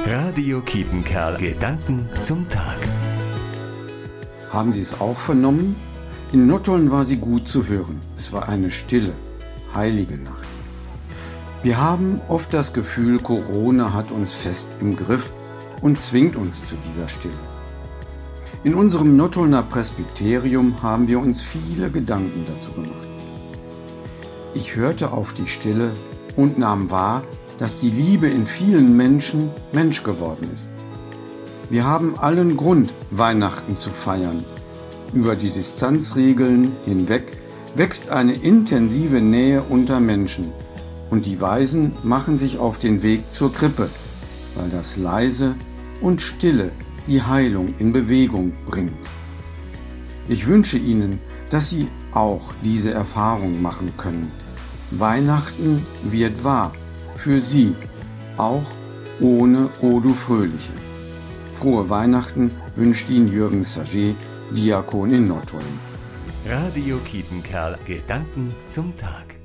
Radio Kiepenkerl. Gedanken zum Tag. Haben Sie es auch vernommen? In Nottuln war sie gut zu hören. Es war eine stille, heilige Nacht. Wir haben oft das Gefühl, Corona hat uns fest im Griff und zwingt uns zu dieser Stille. In unserem Nottulner Presbyterium haben wir uns viele Gedanken dazu gemacht. Ich hörte auf die Stille und nahm wahr, dass die Liebe in vielen Menschen Mensch geworden ist. Wir haben allen Grund, Weihnachten zu feiern. Über die Distanzregeln hinweg wächst eine intensive Nähe unter Menschen und die Weisen machen sich auf den Weg zur Krippe, weil das Leise und Stille die Heilung in Bewegung bringt. Ich wünsche Ihnen, dass Sie auch diese Erfahrung machen können. Weihnachten wird wahr, für Sie, auch ohne O du Fröhliche. Frohe Weihnachten wünscht Ihnen Jürgen Saget, Diakon in Nottuln. Radio Kiepenkerl. Gedanken zum Tag.